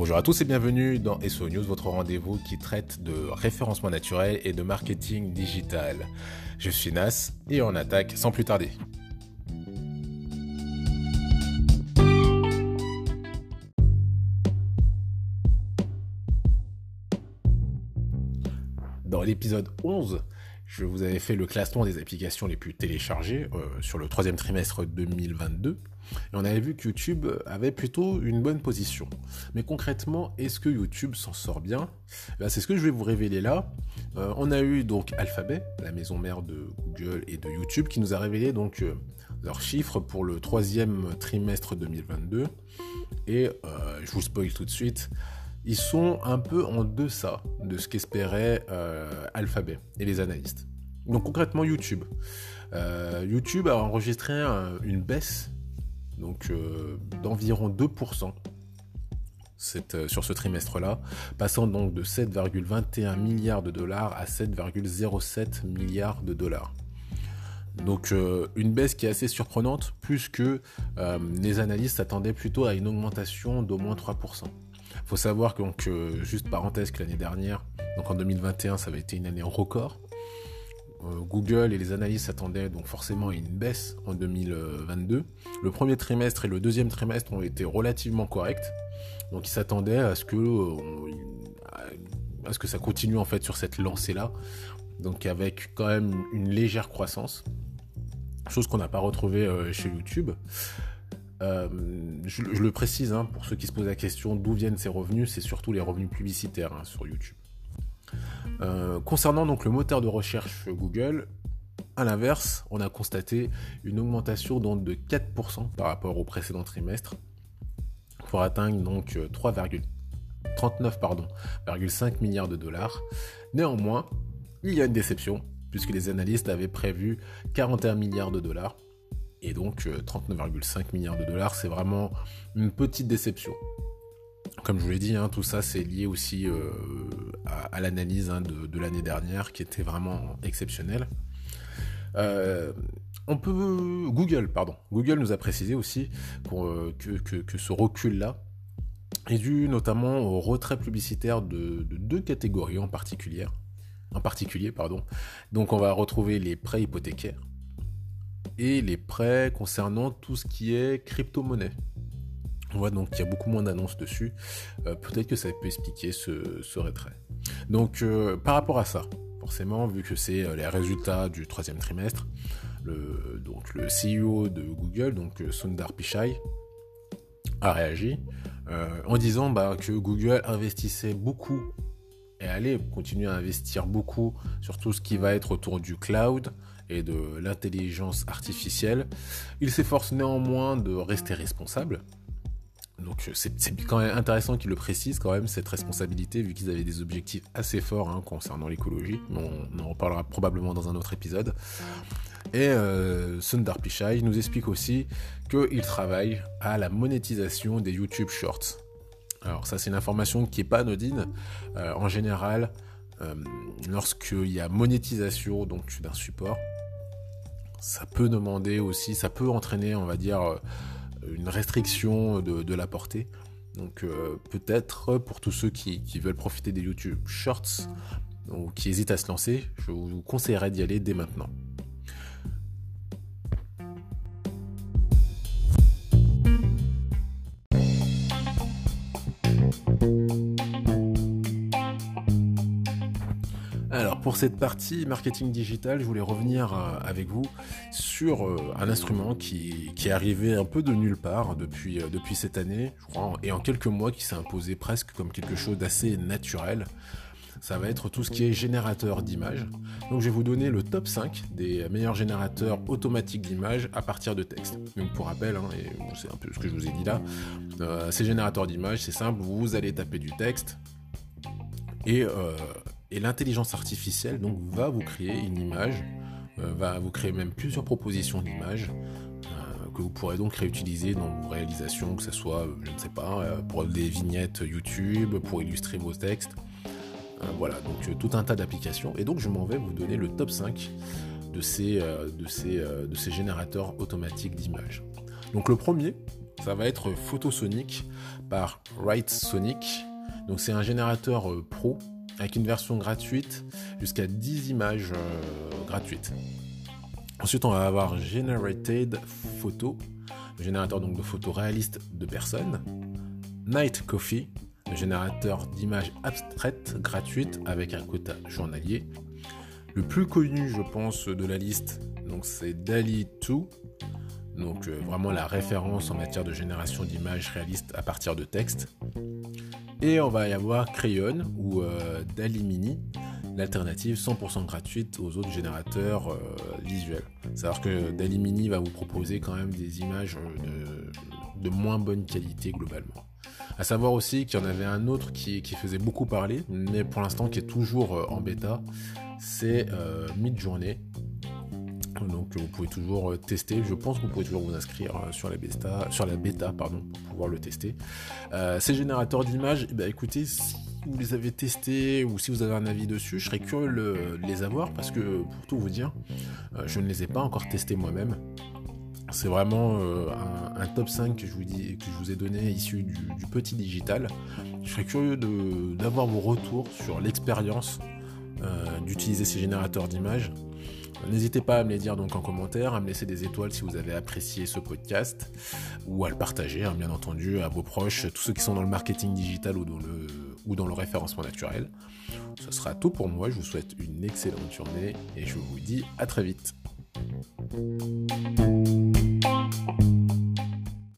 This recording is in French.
Bonjour à tous et bienvenue dans SEO News, votre rendez-vous qui traite de référencement naturel et de marketing digital. Je suis Nas et on attaque sans plus tarder. Dans l'épisode 11, je vous avais fait le classement des applications les plus téléchargées sur le troisième trimestre 2022. Et on avait vu que YouTube avait plutôt une bonne position. Mais concrètement, est-ce que YouTube s'en sort bien ? C'est ce que je vais vous révéler là. On a eu donc Alphabet, la maison mère de Google et de YouTube, qui nous a révélé donc leurs chiffres pour le troisième trimestre 2022. Et je vous spoil tout de suite. Ils sont un peu en deçà de ce qu'espérait Alphabet et les analystes. Donc concrètement YouTube. YouTube a enregistré une baisse donc d'environ 2% sur ce trimestre-là, passant donc de 7,21 milliards de dollars à 7,07 milliards de dollars. Donc une baisse qui est assez surprenante, puisque les analystes s'attendaient plutôt à une augmentation d'au moins 3%. Il faut savoir que, donc, juste parenthèse, que l'année dernière, donc en 2021, ça avait été une année record. Google et les analystes s'attendaient donc forcément à une baisse en 2022. Le premier trimestre et le deuxième trimestre ont été relativement corrects. Donc ils s'attendaient à ce que ça continue en fait sur cette lancée-là. Donc avec quand même une légère croissance. Chose qu'on n'a pas retrouvée chez YouTube. Je le précise, pour ceux qui se posent la question d'où viennent ces revenus, c'est surtout les revenus publicitaires sur YouTube. Concernant donc le moteur de recherche Google, à l'inverse, on a constaté une augmentation donc de 4% par rapport au précédent trimestre pour atteindre donc 3,5 milliards de dollars. Néanmoins, il y a une déception puisque les analystes avaient prévu 41 milliards de dollars. Et donc 39,5 milliards de dollars, c'est vraiment une petite déception. Comme je vous l'ai dit, tout ça c'est lié aussi à l'analyse de l'année dernière qui était vraiment exceptionnelle. Google nous a précisé aussi que ce recul-là est dû notamment au retrait publicitaire de deux catégories en particulier. Donc on va retrouver les prêts hypothécaires et les prêts concernant tout ce qui est crypto-monnaie. On voit donc qu'il y a beaucoup moins d'annonces dessus. Peut-être que ça peut expliquer ce retrait. Donc par rapport à ça, forcément, vu que c'est les résultats du troisième trimestre, le CEO de Google, donc Sundar Pichai, a réagi en disant que Google investissait beaucoup et allait continuer à investir beaucoup sur tout ce qui va être autour du cloud et de l'intelligence artificielle. Il s'efforce néanmoins de rester responsable. Donc c'est quand même intéressant qu'ils le précisent quand même, cette responsabilité, vu qu'ils avaient des objectifs assez forts concernant l'écologie. On en reparlera probablement dans un autre épisode. Et Sundar Pichai nous explique aussi qu'il travaille à la monétisation des YouTube Shorts. Alors ça c'est une information qui n'est pas anodine. En général, lorsqu'il y a monétisation donc d'un support, ça peut entraîner, on va dire, une restriction de la portée. Donc peut-être pour tous ceux qui veulent profiter des YouTube Shorts ou qui hésitent à se lancer, je vous conseillerais d'y aller dès maintenant. Alors pour cette partie marketing digital, je voulais revenir avec vous sur un instrument qui est arrivé un peu de nulle part depuis cette année, je crois, et en quelques mois qui s'est imposé presque comme quelque chose d'assez naturel. Ça va être tout ce qui est générateur d'images. Donc je vais vous donner le top 5 des meilleurs générateurs automatiques d'images à partir de texte. Donc pour rappel, et c'est un peu ce que je vous ai dit là, ces générateurs d'images, c'est simple, vous allez taper du texte et l'intelligence artificielle donc va vous créer une image, va vous créer même plusieurs propositions d'images que vous pourrez donc réutiliser dans vos réalisations, que ce soit, je ne sais pas, pour des vignettes YouTube, pour illustrer vos textes. Voilà, donc tout un tas d'applications. Et donc je m'en vais vous donner le top 5 de ces générateurs automatiques d'images. Donc le premier, ça va être Photosonic par Writesonic. Donc c'est un générateur pro avec une version gratuite jusqu'à 10 images gratuites. Ensuite, on va avoir Generated Photo, le générateur donc de photos réalistes de personnes. Night Coffee, le générateur d'images abstraites gratuites avec un quota journalier. Le plus connu, je pense, de la liste, donc c'est DALL-E 2, donc vraiment la référence en matière de génération d'images réalistes à partir de texte. Et on va y avoir Crayon ou DALL-E Mini, l'alternative 100% gratuite aux autres générateurs visuels. C'est-à-dire que DALL-E Mini va vous proposer quand même des images de moins bonne qualité globalement. À savoir aussi qu'il y en avait un autre qui faisait beaucoup parler, mais pour l'instant qui est toujours en bêta, c'est Midjourney. Donc vous pouvez toujours tester, je pense que vous pouvez toujours vous inscrire sur la bêta pour pouvoir le tester. Ces générateurs d'images, écoutez, si vous les avez testés ou si vous avez un avis dessus, je serais curieux de les avoir parce que pour tout vous dire, je ne les ai pas encore testés moi-même. C'est vraiment un top 5 que je vous ai donné issu du petit digital. Je serais curieux d'avoir vos retours sur l'expérience d'utiliser ces générateurs d'images. N'hésitez pas à me les dire donc en commentaire, à me laisser des étoiles si vous avez apprécié ce podcast, ou à le partager, bien entendu, à vos proches, tous ceux qui sont dans le marketing digital ou dans le référencement naturel. Ce sera tout pour moi, je vous souhaite une excellente journée et je vous dis à très vite.